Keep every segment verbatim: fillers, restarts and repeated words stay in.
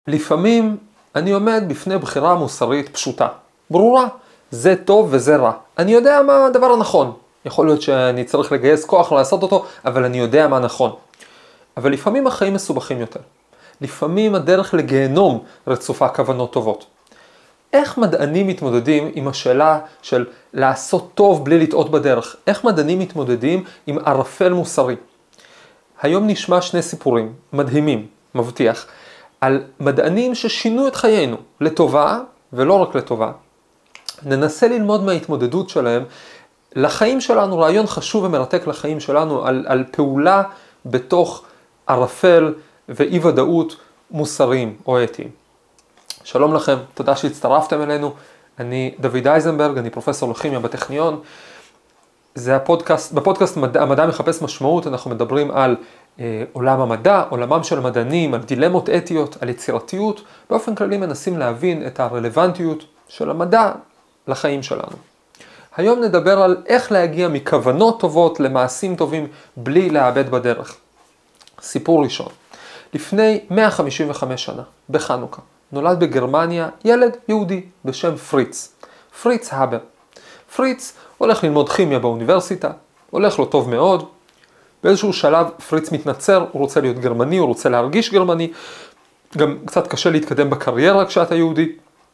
לפעמים אני עומד בפני בחירה מוסרית פשוטה, ברורה, זה טוב וזה רע. אני יודע מה הדבר הנכון. יכול להיות שאני צריך לגייס כוח לעשות אותו, אבל אני יודע מה נכון. אבל לפעמים החיים מסובכים יותר. לפעמים הדרך לגיהנום רצופה כוונות טובות. איך מדענים מתמודדים עם השאלה של לעשות טוב בלי לטעות בדרך? איך מדענים מתמודדים עם ערפל מוסרי? היום נשמע שני סיפורים מדהימים, מבטיח, על מדענים ששינו את חיינו לטובה ולא רק לטובה. ננסה ללמוד מההתמודדות שלהם לחיים שלנו, רעיון חשוב ומרתק לחיים שלנו על, על פעולה בתוך ערפל ואי ודאות מוסריים או אתיים. שלום לכם, תודה שהצטרפתם אלינו. אני דוד אייזנברג, אני פרופסור לכימיה בטכניון. זה הפודקאסט, בפודקאסט מדע, המדע מחפש משמעות, אנחנו מדברים על אה, עולם המדע, עולמם של מדענים, על דילמות אתיות, על יצירתיות. באופן כללי מנסים להבין את הרלוונטיות של המדע לחיים שלנו. היום נדבר על איך להגיע מכוונות טובות למעשים טובים בלי לאבד בדרך. סיפור ראשון. לפני מאה חמישים וחמש שנה, בחנוכה, נולד בגרמניה ילד יהודי בשם פריץ. פריץ הבר. פריץ הולך ללמוד כימיה באוניברסיטה, הולך לו טוב מאוד. באיזשהו שלב פריץ מתנצר, הוא רוצה להיות גרמני, הוא רוצה להרגיש גרמני. גם קצת קשה להתקדם בקריירה כשאתה יהודי.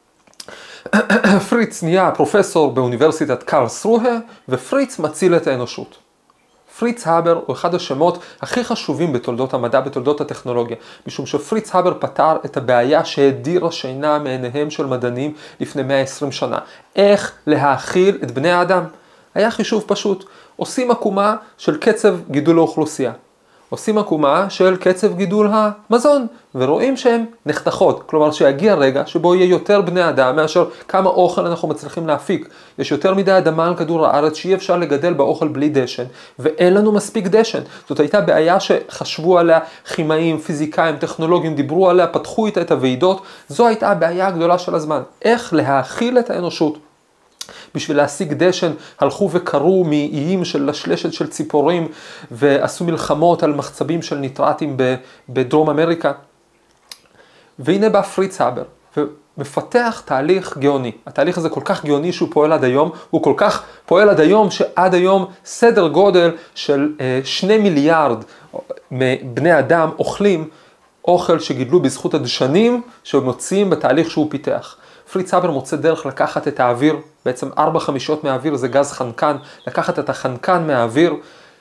פריץ נהיה פרופסור באוניברסיטת קרלסרוה, ופריץ מציל את האנושות. פריץ הבר הוא אחד השמות הכי חשובים בתולדות המדע, בתולדות הטכנולוגיה, משום שפריץ הבר פתר את הבעיה שהדירה שינה מעיניהם של מדענים לפני מאה ועשרים שנה. איך להאכיל את בני האדם? היה חישוב פשוט. עושים עקומה של קצב גידול האוכלוסייה. עושים עקומה של קצב גידול המזון, ורואים שהן נחתכות. כלומר שיגיע רגע שבו יהיה יותר בני אדם מאשר כמה אוכל אנחנו מצליחים להפיק. יש יותר מדי אדמה על כדור הארץ שאי אפשר לגדל באוכל בלי דשן, ואין לנו מספיק דשן. זאת הייתה בעיה שחשבו עליה כימאים, פיזיקאים, טכנולוגים, דיברו עליה, פתחו איתה את הוועידות. זו הייתה הבעיה הגדולה של הזמן. איך להאכיל את האנושות? בשביל להשיג דשן הלכו וקרו מאיים של לשלשת של ציפורים ועשו מלחמות על מחצבים של ניטרטים בדרום אמריקה. והנה בא פריץ הבר ומפתח תהליך גאוני. התהליך הזה כל כך גאוני שהוא פועל עד היום, הוא כל כך פועל עד היום שעד היום סדר גודל של שני מיליארד מבני אדם אוכלים אוכל שגידלו בזכות הדשנים שמוצאים בתהליך שהוא פיתח. פריץ הבר מוצא דרך לקחת את האוויר, בעצם ארבע חמישיות מהאוויר זה גז חנקן, לקחת את החנקן מהאוויר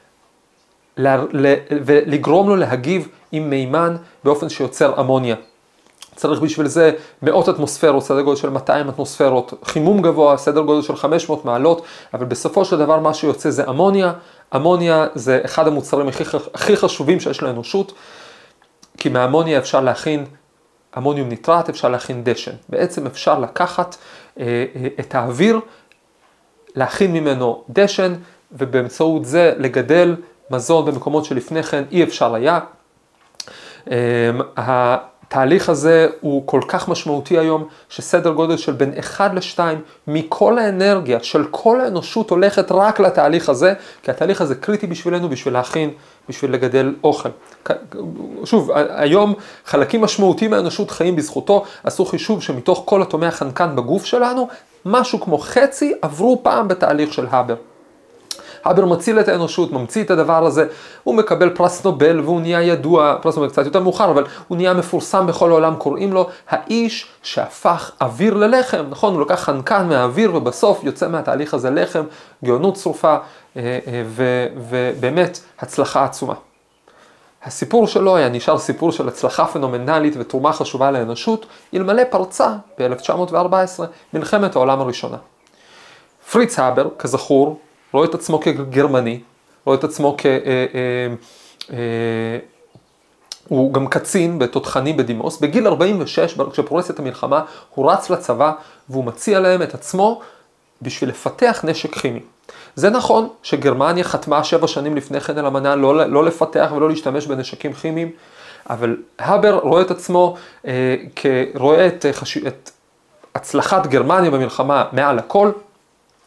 ולגרום לו להגיב עם מימן באופן שיוצר אמוניה. צריך בשביל זה מאות אטמוספרות, סדר גודל של מאתיים אטמוספרות, חימום גבוה, סדר גודל של חמש מאות מעלות, אבל בסופו של דבר מה שיוצא זה אמוניה. אמוניה זה אחד המוצרים הכי, הכי חשובים שיש לאנושות, כי מהאמוניה אפשר להכין אמוניום ניטרט, אפשר להכין דשן. בעצם אפשר לקחת אה, אה, את האוויר, להכין ממנו דשן, ובאמצעות זה לגדל מזון במקומות שלפני כן אי אפשר היה. אה, התהליך הזה הוא כל כך משמעותי היום, שסדר גודל של בין אחד לשתיים מכל האנרגיה של כל האנושות הולכת רק לתהליך הזה, כי התהליך הזה קריטי בשבילנו, בשביל להכין, בשביל לגדל אוכל. שוב, היום חלקים משמעותיים מהאנושות חיים בזכותו, עשו חישוב שמתוך כל אטומי החנקן בגוף שלנו, משהו כמו חצי עברו פעם בתהליך של הבר. הבר מציל את האנושות, ממציא את הדבר הזה, הוא מקבל פרס נובל והוא נהיה ידוע, פרס נובל קצת יותר מאוחר, אבל הוא נהיה מפורסם בכל העולם, קוראים לו האיש שהפך אוויר ללחם, נכון? הוא לקח חנקן מהאוויר ובסוף יוצא מהתהליך הזה לחם, גאונות צרופה ובאמת הצלחה עצומה. הסיפור שלו היה נשאר סיפור של הצלחה פנומנלית ותרומה חשובה לאנושות, אלמלא פרצה ב-אלף תשע מאות וארבע עשרה מלחמת העולם הראשונה. פריץ הבר, כזכור, רואה את עצמו כגרמני, רואה את עצמו כ... אה, אה, אה, הוא גם קצין בתותחני בדימוס. בגיל ארבעים ושש, כשפורצת המלחמה, הוא רץ לצבא והוא מציע להם את עצמו בשביל לפתח נשק כימי. זה נכון שגרמניה חתמה שבע שנים לפני כן על אמנה לא, לא לפתח ולא להשתמש בנשקים כימיים, אבל הבר רואה את עצמו, אה, כרואה את, את הצלחת גרמניה במלחמה מעל הכל,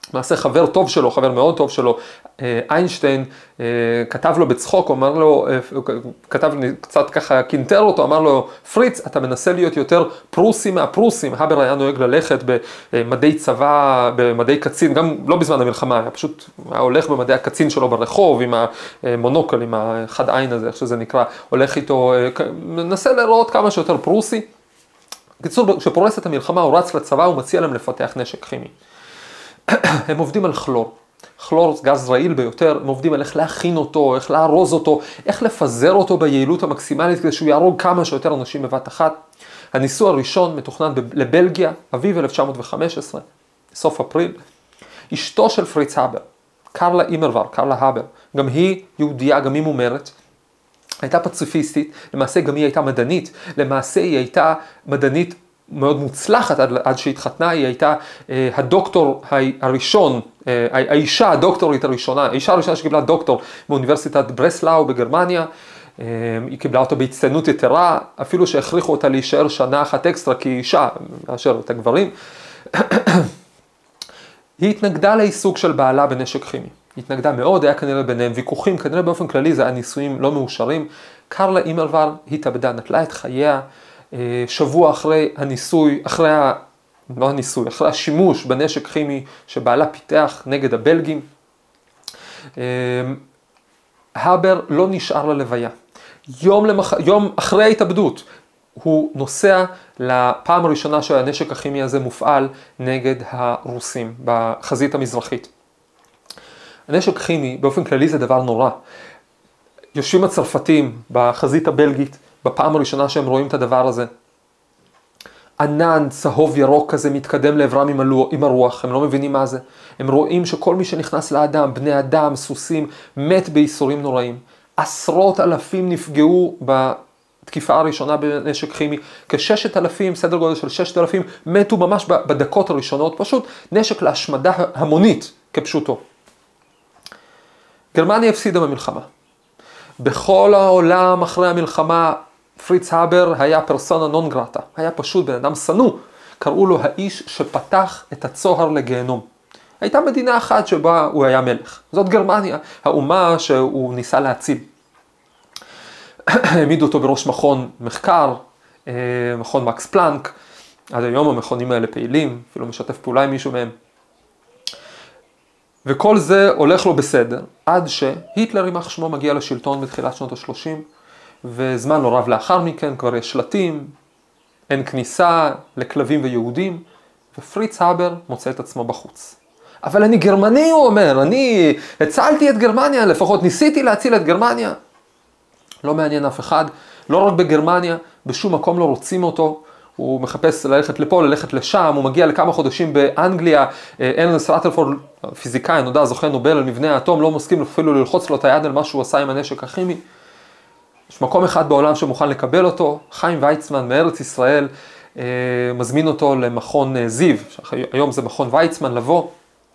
למעשה חבר טוב שלו, חבר מאוד טוב שלו, איינשטיין, כתב לו בצחוק, הוא אמר לו, כתב קצת ככה, קינטר אותו, אמר לו, פריץ, אתה מנסה להיות יותר פרוסי מהפרוסים. האבר היה נוהג ללכת במדי צבא, במדי קצין, גם לא בזמן המלחמה, היה פשוט, היה הולך במדי הקצין שלו ברחוב, עם המונוקל, עם החד עין הזה, איך שזה נקרא, הולך איתו, מנסה לראות כמה שיותר פרוסי. בקיצור, כשפורסת המלחמה, הוא רץ לצבא, הוא מציע להם לפתח נשק כימי. הם עובדים על כלור. כלור זה גז רעיל ביותר, הם עובדים על איך להכין אותו, איך לארוז אותו, איך לפזר אותו ביעילות המקסימלית כדי שהוא יהרוג כמה שיותר אנשים בבת אחת. הניסוי הראשון מתוכנן לבלגיה, אביב אלף תשע מאות וחמש עשרה, סוף אפריל. אשתו של פריץ האבר, קרלה אימרוור, קרלה האבר, גם היא יהודייה, גם היא מומרת, הייתה פציפיסטית, למעשה גם היא הייתה מדענית, למעשה היא הייתה מדענית מאוד מוצלחת עד, עד שהתחתנה, היא הייתה אה, הדוקטור הראשון, אה, האישה הדוקטורית הראשונה, האישה הראשונה שקיבלה דוקטור באוניברסיטת ברסלאו בגרמניה, אה, היא קיבלה אותו בהצטיינות יתרה, אפילו שהכריחו אותה להישאר שנה אחת אקסטרה כי היא אישה, מאשר את הגברים. היא התנגדה לעיסוק של בעלה בנשק כימי. היא התנגדה מאוד, היה כנראה ביניהם ויכוחים, כנראה באופן כללי זה היה ניסויים לא מאושרים. קרלה אימרוור התאבדה, נטלה את חייה, שבוע אחרי הניסוי, אחרי ה... לא הניסוי, אחרי השימוש בנשק כימי שבעלה פיתח נגד הבלגים. האבר לא נשאר ללוויה. יום, למח... יום אחרי ההתאבדות הוא נוסע לפעם הראשונה שהנשק הכימי הזה מופעל נגד הרוסים בחזית המזרחית. הנשק כימי באופן כללי זה דבר נורא. יושבים הצרפתים בחזית הבלגית, בפעם הראשונה שהם רואים את הדבר הזה. ענן צהוב ירוק כזה מתקדם לעברם עם, הלוח, עם הרוח, הם לא מבינים מה זה. הם רואים שכל מי שנכנס לאדם, בני אדם, סוסים, מת בייסורים נוראים. עשרות אלפים נפגעו בתקיפה הראשונה בנשק כימי, כששת אלפים, סדר גודל של ששת אלפים, מתו ממש בדקות הראשונות, פשוט נשק להשמדה המונית כפשוטו. גרמניה הפסידה במלחמה. בכל העולם אחרי המלחמה, פריץ האבר היה פרסונה נון גרטה, היה פשוט בן אדם שנוא, קראו לו האיש שפתח את הצוהר לגיהנום. הייתה מדינה אחת שבה הוא היה מלך, זאת גרמניה, האומה שהוא ניסה להציל. העמידו אותו בראש מכון מחקר, מכון מקס פלנק, עד היום המכונים האלה פעילים, אפילו משתף פעולה עם מישהו מהם. וכל זה הולך לו בסדר, עד שהיטלר יימח שמו מגיע לשלטון בתחילת שנות ה-שלושים, וזמן לא רב לאחר מכן כבר יש שלטים, אין כניסה לכלבים ויהודים, ופריץ האבר מוצא את עצמו בחוץ. אבל אני גרמני, הוא אומר, אני הצלתי את גרמניה, לפחות ניסיתי להציל את גרמניה. לא מעניין אף אחד, לא רק בגרמניה, בשום מקום לא רוצים אותו, הוא מחפש ללכת לפה, ללכת לשם, הוא מגיע לכמה חודשים באנגליה, ארנסט רת'רפורד, פיזיקאי, נודע, זוכה נובל על מבנה האטום, לא מסכים אפילו ללחוץ לו את היד על מה שהוא עשה עם הנשק הכימי. יש מקום אחד בעולם שמוכן לקבל אותו, חיים ויצמן מארץ ישראל, מזמין אותו למכון זיו, היום זה מכון ויצמן, לבוא,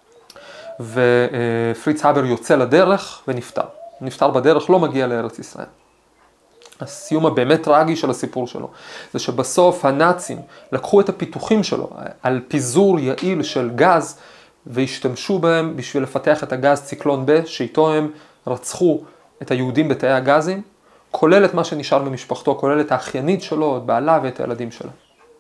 ופריץ האבר יוצא לדרך ונפטר. נפטר בדרך, לא מגיע לארץ ישראל. הסיום הבאמת טרגי של הסיפור שלו, זה שבסוף הנאצים לקחו את הפיתוחים שלו על פיזור יעיל של גז, והשתמשו בהם בשביל לפתח את הגז ציקלון ב' שאיתו הם רצחו את היהודים בתאי הגזים, כולל את מה שנשאר במשפחתו, כולל את האחיינית שלו, את בעלה ואת הילדים שלה.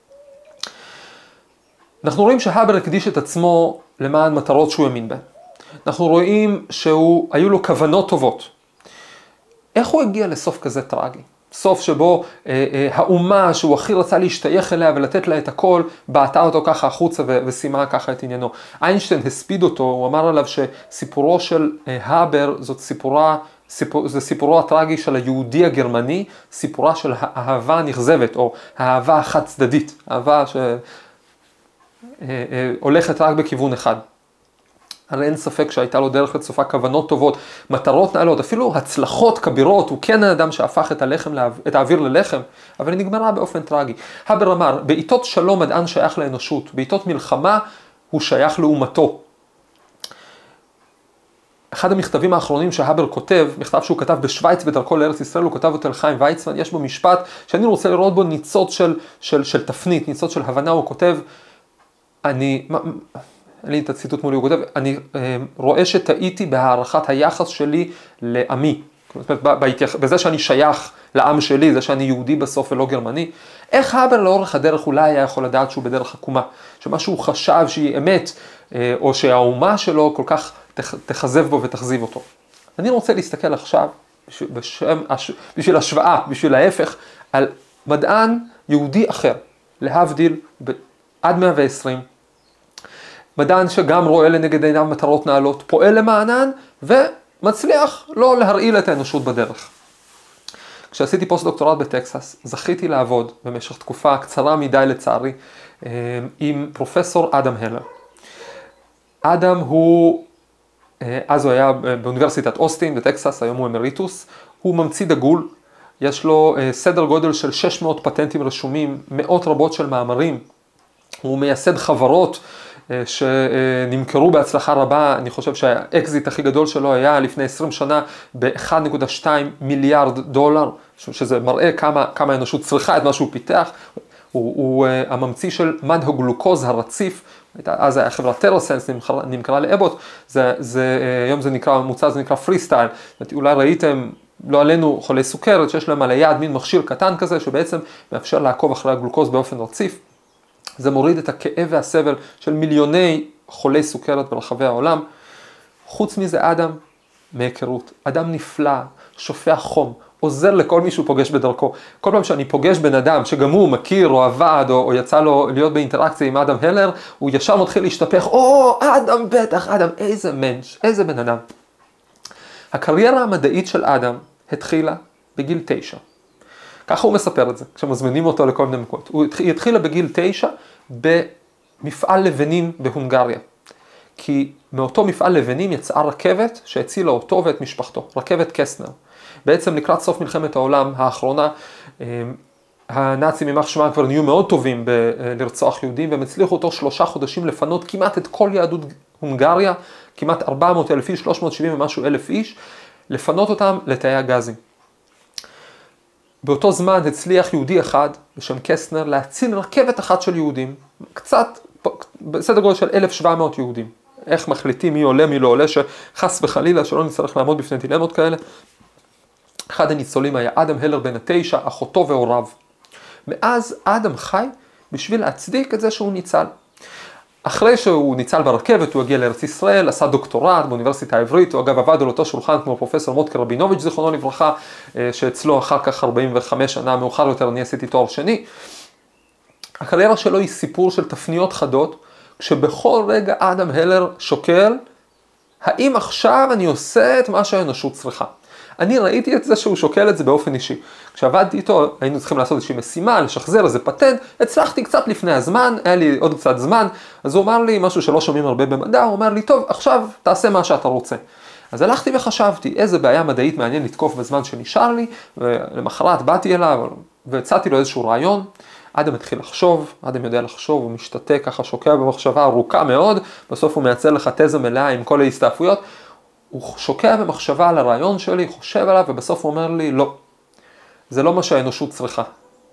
אנחנו רואים שהאבר הקדיש את עצמו למען מטרות שהוא האמין בהן. אנחנו רואים שהיו לו כוונות טובות. איך הוא הגיע לסוף כזה טרגי? סוף שבו אה, אה, האומה שהוא הכי רצה להשתייך אליה ולתת לה את הכל, בעטה אותו ככה החוצה ו- ושימה ככה את עניינו. איינשטיין הספיד אותו, הוא אמר עליו שסיפורו של אה, האבר זאת סיפורה, סיפור, זה סיפורו הטרגי של היהודי הגרמני, סיפורה של האהבה הנכזבת או האהבה החד צדדית, אהבה שהולכת אה, אה, רק בכיוון אחד. הרי אין ספק שהייתה לו דרך לצופה כוונות טובות, מטרות נעלות, אפילו הצלחות כבירות, הוא כן האדם שהפך את, הלחם, את האוויר ללחם, אבל היא נגמרה באופן טרגי. האבר אמר, בעיתות שלום מדען שייך לאנושות, בעיתות מלחמה הוא שייך לאומתו. אחד המכתבים האחרונים שהאבר כותב, מכתב שהוא כתב בשוויץ בדרכו לארץ ישראל, הוא כתב אותו אל חיים ויצמן, יש בו משפט שאני רוצה לראות בו ניצוץ של, של, של תפנית, ניצוץ של הבנה, הוא כותב, אני... אין לי את הציטוט מולי, הוא כותב, אני רואה שטעיתי בהערכת היחס שלי לעמי. בזה שאני שייך לעם שלי, זה שאני יהודי בסוף ולא גרמני. איך האבר לאורך הדרך אולי היה יכול לדעת שהוא בדרך עקומה? שמשהו הוא חשב שהיא אמת, או שהאומה שלו כל כך תחזב בו ותחזיב אותו. אני רוצה להסתכל עכשיו, בשם, בשביל השוואה, בשביל ההפך, על מדען יהודי אחר, להבדיל עד מאה ועשרים. מדען שגם רואה לנגד עיניו מטרות נעלות, פועל למענן ומצליח לא להרעיל את האנושות בדרך. כשעשיתי פוסט דוקטורט בטקסס, זכיתי לעבוד במשך תקופה קצרה מדי לצערי, עם פרופסור אדם הלר. אדם הוא, אז הוא היה באוניברסיטת אוסטין בטקסס, היום הוא אמריטוס, הוא ממציא דגול, יש לו סדר גודל של שש מאות פטנטים רשומים, מאות רבות של מאמרים, הוא מייסד חברות שנמכרו בהצלחה רבה, אני חושב שהאקזיט הכי גדול שלו היה לפני עשרים שנה ב-אחד נקודה שתיים מיליארד דולר, שזה מראה כמה, כמה האנושות צריכה את מה שהוא פיתח. הוא, הוא uh, הממציא של מד הגלוקוז הרציף, אז היה חברת טרוסנס, נמכרה לאבוט, זה, זה, uh, היום זה נקרא, מוצא זה נקרא פרי סטייל, אולי ראיתם, לא עלינו חולי סוכרת, שיש להם על היד מין מכשיר קטן כזה, שבעצם מאפשר לעקוב אחרי הגלוקוז באופן רציף, זה מוריד את הכאב והסבל של מיליוני חולי סוכרת ברחבי העולם. חוץ מזה אדם מהיכרות, אדם נפלא, שופע חום, עוזר לכל מי שהוא פוגש בדרכו. כל פעם שאני פוגש בן אדם שגם הוא מכיר או עבד או, או יצא לו להיות באינטראקציה עם אדם הלר, הוא ישר מתחיל להשתפך, או, אדם בטח, אדם, איזה מנש, איזה בן אדם. הקריירה המדעית של אדם התחילה בגיל תשע. ככה הוא מספר את זה, כשמזמינים אותו לכל מיני מקומות. הוא התחילה בגיל תשע במפעל לבנים בהונגריה. כי מאותו מפעל לבנים יצאה רכבת שהצילה אותו ואת משפחתו, רכבת קסטנר. בעצם לקראת סוף מלחמת העולם האחרונה, הנאצים יימח שמם כבר נהיו מאוד טובים בלרצוח יהודים, והם הצליחו אותו שלושה חודשים לפנות כמעט את כל יהדות הונגריה, כמעט ארבע מאות אלף איש, שלוש מאות שבעים ומשהו אלף איש, לפנות אותם לתאי הגזים. באותו זמן הצליח יהודי אחד בשם קסטנר להציל רכבת אחת של יהודים, קצת, בסדר גודל של אלף ושבע מאות יהודים. איך מחליטים מי עולה, מי לא עולה, שחס וחלילה שלא נצטרך לעמוד בפני דילמות כאלה. אחד הניצולים היה אדם הלר בן התשע, אחותו והוריו. מאז אדם חי בשביל להצדיק את זה שהוא ניצל. אחרי שהוא ניצל ברכבת, הוא הגיע לארץ ישראל, עשה דוקטורט באוניברסיטה העברית, הוא אגב עבד על אותו שולחן כמו פרופסור מוטקה רבינוביץ' זיכרונו לברכה, שאצלו אחר כך ארבעים וחמש שנה מאוחר יותר אני עשיתי תואר שני. הקריירה שלו היא סיפור של תפניות חדות, כשבכל רגע אדם הלר שוקל, האם עכשיו אני עושה את מה שהאנושות צריכה? אני ראיתי את זה שהוא שוקל את זה באופן אישי. כשעבדתי איתו, היינו צריכים לעשות איזושהי משימה, לשחזר איזה פטנט, הצלחתי קצת לפני הזמן, היה לי עוד קצת זמן, אז הוא אמר לי משהו שלא שומעים הרבה במדע, הוא אומר לי, טוב, עכשיו תעשה מה שאתה רוצה. אז הלכתי וחשבתי, איזה בעיה מדעית מעניין לתקוף בזמן שנשאר לי, ולמחרת באתי אליו, והצעתי לו איזשהו רעיון, אדם התחיל לחשוב, אדם יודע לחשוב, הוא משתתה ככה, שוקע במחשבה ארוכה מאוד, בסוף הוא מייצר לך תזה מלאה עם כל ההסתעפויות, הוא שוקע במחשבה על הרעיון שלי, חושב עליו, ובסוף הוא אומר לי, לא, זה לא מה שהאנושות צריכה.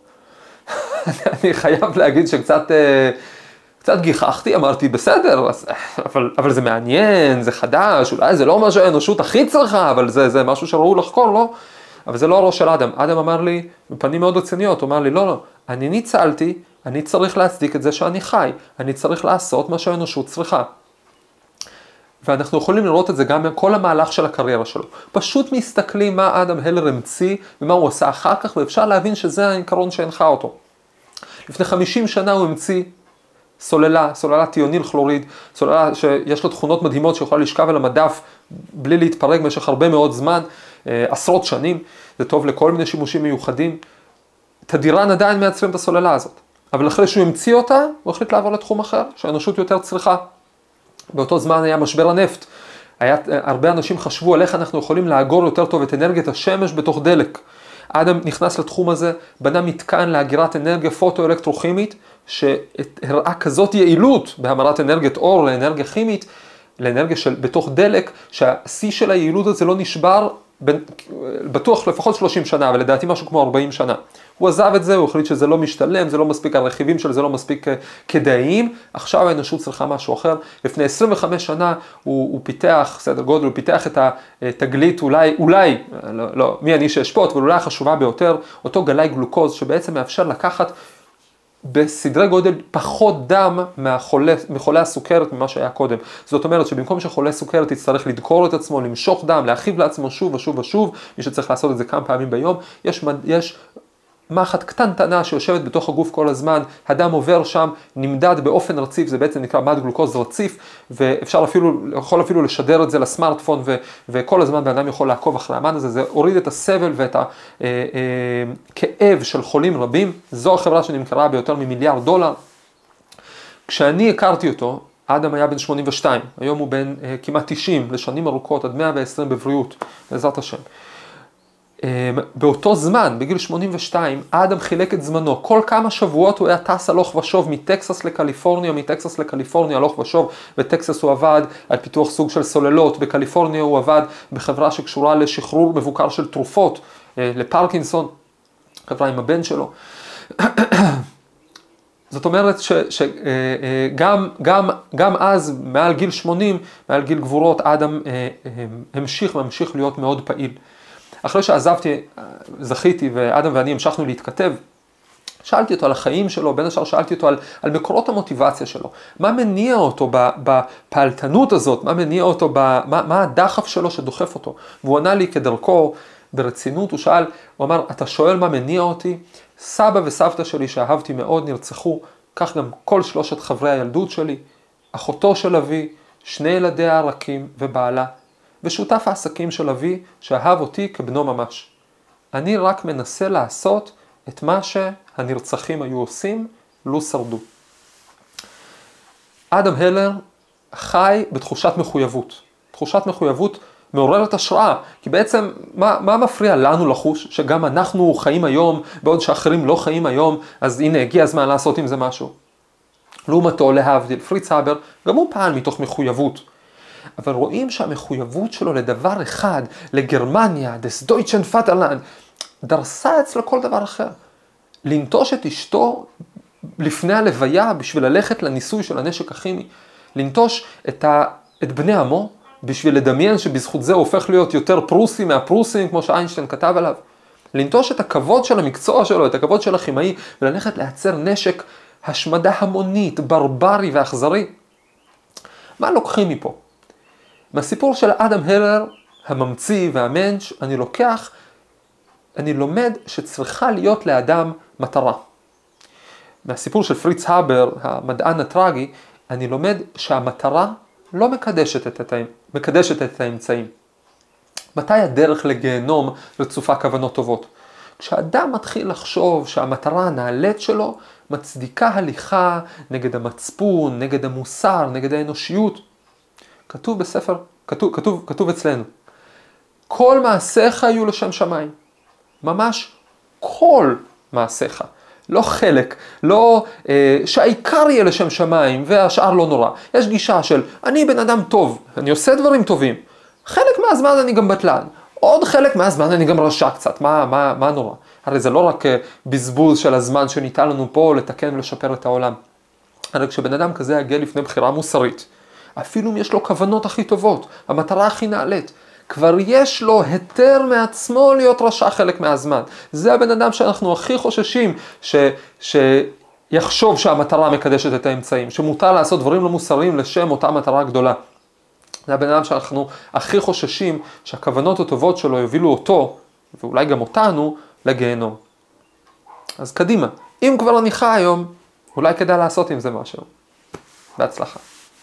אני חייב להגיד שקצת קצת גיחכתי, אמרתי, בסדר, אבל, אבל זה מעניין, זה חדש, אולי זה לא מה שהאנושות הכי צריכה, אבל זה, זה משהו שראו לחקור, לא? אבל זה לא הראש של אדם. אדם אמר לי, בפנים מאוד רציניות, הוא אמר לי, לא, לא, אני ניצלתי, אני צריך להצדיק את זה שאני חי, אני צריך לעשות מה שהאנושות צריכה. ואנחנו יכולים לראות את זה גם בכל המהלך של הקריירה שלו. פשוט מסתכלים מה אדם הלר המציא ומה הוא עשה אחר כך, ואפשר להבין שזה העיקרון שהנחה אותו. לפני חמישים שנה הוא המציא סוללה, סוללת תיוניל כלוריד, סוללה שיש לה תכונות מדהימות שיכולה לשכב על המדף בלי להתפרק במשך הרבה מאוד זמן, עשרות שנים. זה טוב לכל מיני שימושים מיוחדים. תדירן עדיין מייצרים את הסוללה הזאת. אבל אחרי שהוא המציא אותה, הוא החליט לעבור לתחום אחר, שהאנושות יותר צריכה. באותו זמן היה משבר הנפט. היה, הרבה אנשים חשבו על איך אנחנו יכולים לאגור יותר טוב את אנרגיית השמש בתוך דלק. אדם נכנס לתחום הזה, בנה מתקן לאגירת אנרגיה פוטו-אלקטרוכימית, שהראה כזאת יעילות בהמרת אנרגיית אור לאנרגיה כימית, לאנרגיה של בתוך דלק, שהשיא של היעילות הזה לא נשבר, בטוח לפחות שלושים שנה, אבל לדעתי משהו כמו ארבעים שנה. הוא עזב את זה, הוא החליט שזה לא משתלם, זה לא מספיק, הרכיבים של זה לא מספיק כדאיים, עכשיו האנושות צריכה משהו אחר. לפני עשרים וחמש שנה הוא, הוא פיתח, סדר גודל, הוא פיתח את התגלית אולי, אולי, לא, לא, מי אני שאשפוט, אבל אולי החשובה ביותר, אותו גלאי גלוקוז שבעצם מאפשר לקחת בסדרי גודל פחות דם מהחולה, מחולי הסוכרת ממה שהיה קודם. זאת אומרת שבמקום שחולה סוכרת יצטרך לדקור את עצמו, למשוך דם, להכיב לעצמו שוב ושוב ושוב, מי שצריך לעשות את זה כמה פעמים ביום, יש, יש מחט קטנטנה שיושבת בתוך הגוף כל הזמן, הדם עובר שם, נמדד באופן רציף, זה בעצם נקרא מד גלוקוז רציף, ואפשר אפילו, יכול אפילו לשדר את זה לסמארטפון, ו, וכל הזמן באדם יכול לעקוב אחרי המד הזה, זה הוריד את הסבל ואת הכאב של חולים רבים, זו החברה שנמכרה ביותר ממיליארד דולר. כשאני הכרתי אותו, אדם היה בן שמונים ושתיים, היום הוא בן כמעט תשעים, לשנים ארוכות, עד מאה ועשרים בבריאות, בעזרת השם. באותו זמן, בגיל שמונים ושתיים, אדם חילק את זמנו. כל כמה שבועות הוא היה טס הלוך ושוב מטקסס לקליפורניה, מטקסס לקליפורניה הלוך ושוב. בטקסס הוא עבד על פיתוח סוג של סוללות, בקליפורניה הוא עבד בחברה שקשורה לשחרור מבוקר של תרופות, לפרקינסון, חברה עם הבן שלו. זאת אומרת שגם גם, גם אז, מעל גיל שמונים, מעל גיל גבורות, אדם המשיך וממשיך להיות מאוד פעיל. אחרי שעזבתי, זכיתי, ואדם ואני המשכנו להתכתב, שאלתי אותו על החיים שלו, בין השאר שאלתי אותו על, על מקורות המוטיבציה שלו. מה מניע אותו בפעלתנות הזאת? מה מניע אותו, ב, מה, מה הדחף שלו שדוחף אותו? והוא ענה לי כדרכו, ברצינות, הוא שאל, הוא אמר, אתה שואל מה מניע אותי? סבא וסבתא שלי שאהבתי מאוד נרצחו, כך גם כל שלושת חברי הילדות שלי, אחותו של אבי, שני ילדיה הרכים ובעלה, ושותף העסקים של אבי שאהב אותי כבנו ממש. אני רק מנסה לעשות את מה שהנרצחים היו עושים, לא שרדו. אדם הלר חי בתחושת מחויבות. תחושת מחויבות מעוררת השראה, כי בעצם מה, מה מפריע לנו לחוש שגם אנחנו חיים היום, בעוד שאחרים לא חיים היום, אז הנה הגיע הזמן לעשות עם זה משהו. לעומתו להבדיל, פריץ האבר, גם הוא פעל מתוך מחויבות. אבל רואים שהמחויבות שלו לדבר אחד, לגרמניה, des Deutschen Vaterland, דרסה אצלו כל דבר אחר. לנטוש את אשתו לפני הלוויה בשביל ללכת לניסוי של הנשק הכימי, לנטוש את, ה, את בני עמו בשביל לדמיין שבזכות זה הוא הופך להיות יותר פרוסי מהפרוסים, כמו שאיינשטיין כתב עליו, לנטוש את הכבוד של המקצוע שלו, את הכבוד של הכימאי, וללכת לייצר נשק השמדה המונית, ברברי ואכזרי. מה לוקחים מפה? מהסיפור של אדם הלר, הממציא והמנש, אני לוקח, אני לומד שצריכה להיות לאדם מטרה. מהסיפור של פריץ האבר, המדען הטרגי, אני לומד שהמטרה לא מקדשת את, מקדשת את האמצעים. מתי הדרך לגיהנום רצופה כוונות טובות? כשאדם מתחיל לחשוב שהמטרה הנעלית שלו מצדיקה הליכה נגד המצפון, נגד המוסר, נגד האנושיות. כתוב בספר, כתוב, כתוב, כתוב אצלנו, כל מעשיך יהיו לשם שמיים. ממש כל מעשיך. לא חלק, לא אה, שהעיקר יהיה לשם שמיים והשאר לא נורא. יש גישה של אני בן אדם טוב, אני עושה דברים טובים. חלק מהזמן אני גם בטלן. עוד חלק מהזמן אני גם רשע קצת. מה, מה, מה נורא? הרי זה לא רק בזבוז של הזמן שניתן לנו פה לתקן ולשפר את העולם. הרי כשבן אדם כזה יגיע לפני בחירה מוסרית, אפילו אם יש לו כוונות הכי טובות, המטרה הכי נעלית, כבר יש לו היתר מעצמו להיות רשע חלק מהזמן. זה הבן אדם שאנחנו הכי חוששים ש, שיחשוב שהמטרה מקדשת את האמצעים, שמותר לעשות דברים לא מוסריים לשם אותה מטרה גדולה. זה הבן אדם שאנחנו הכי חוששים שהכוונות הטובות שלו יובילו אותו, ואולי גם אותנו, לגיהנום. אז קדימה, אם כבר אני חי היום, אולי כדאי לעשות עם זה משהו. בהצלחה.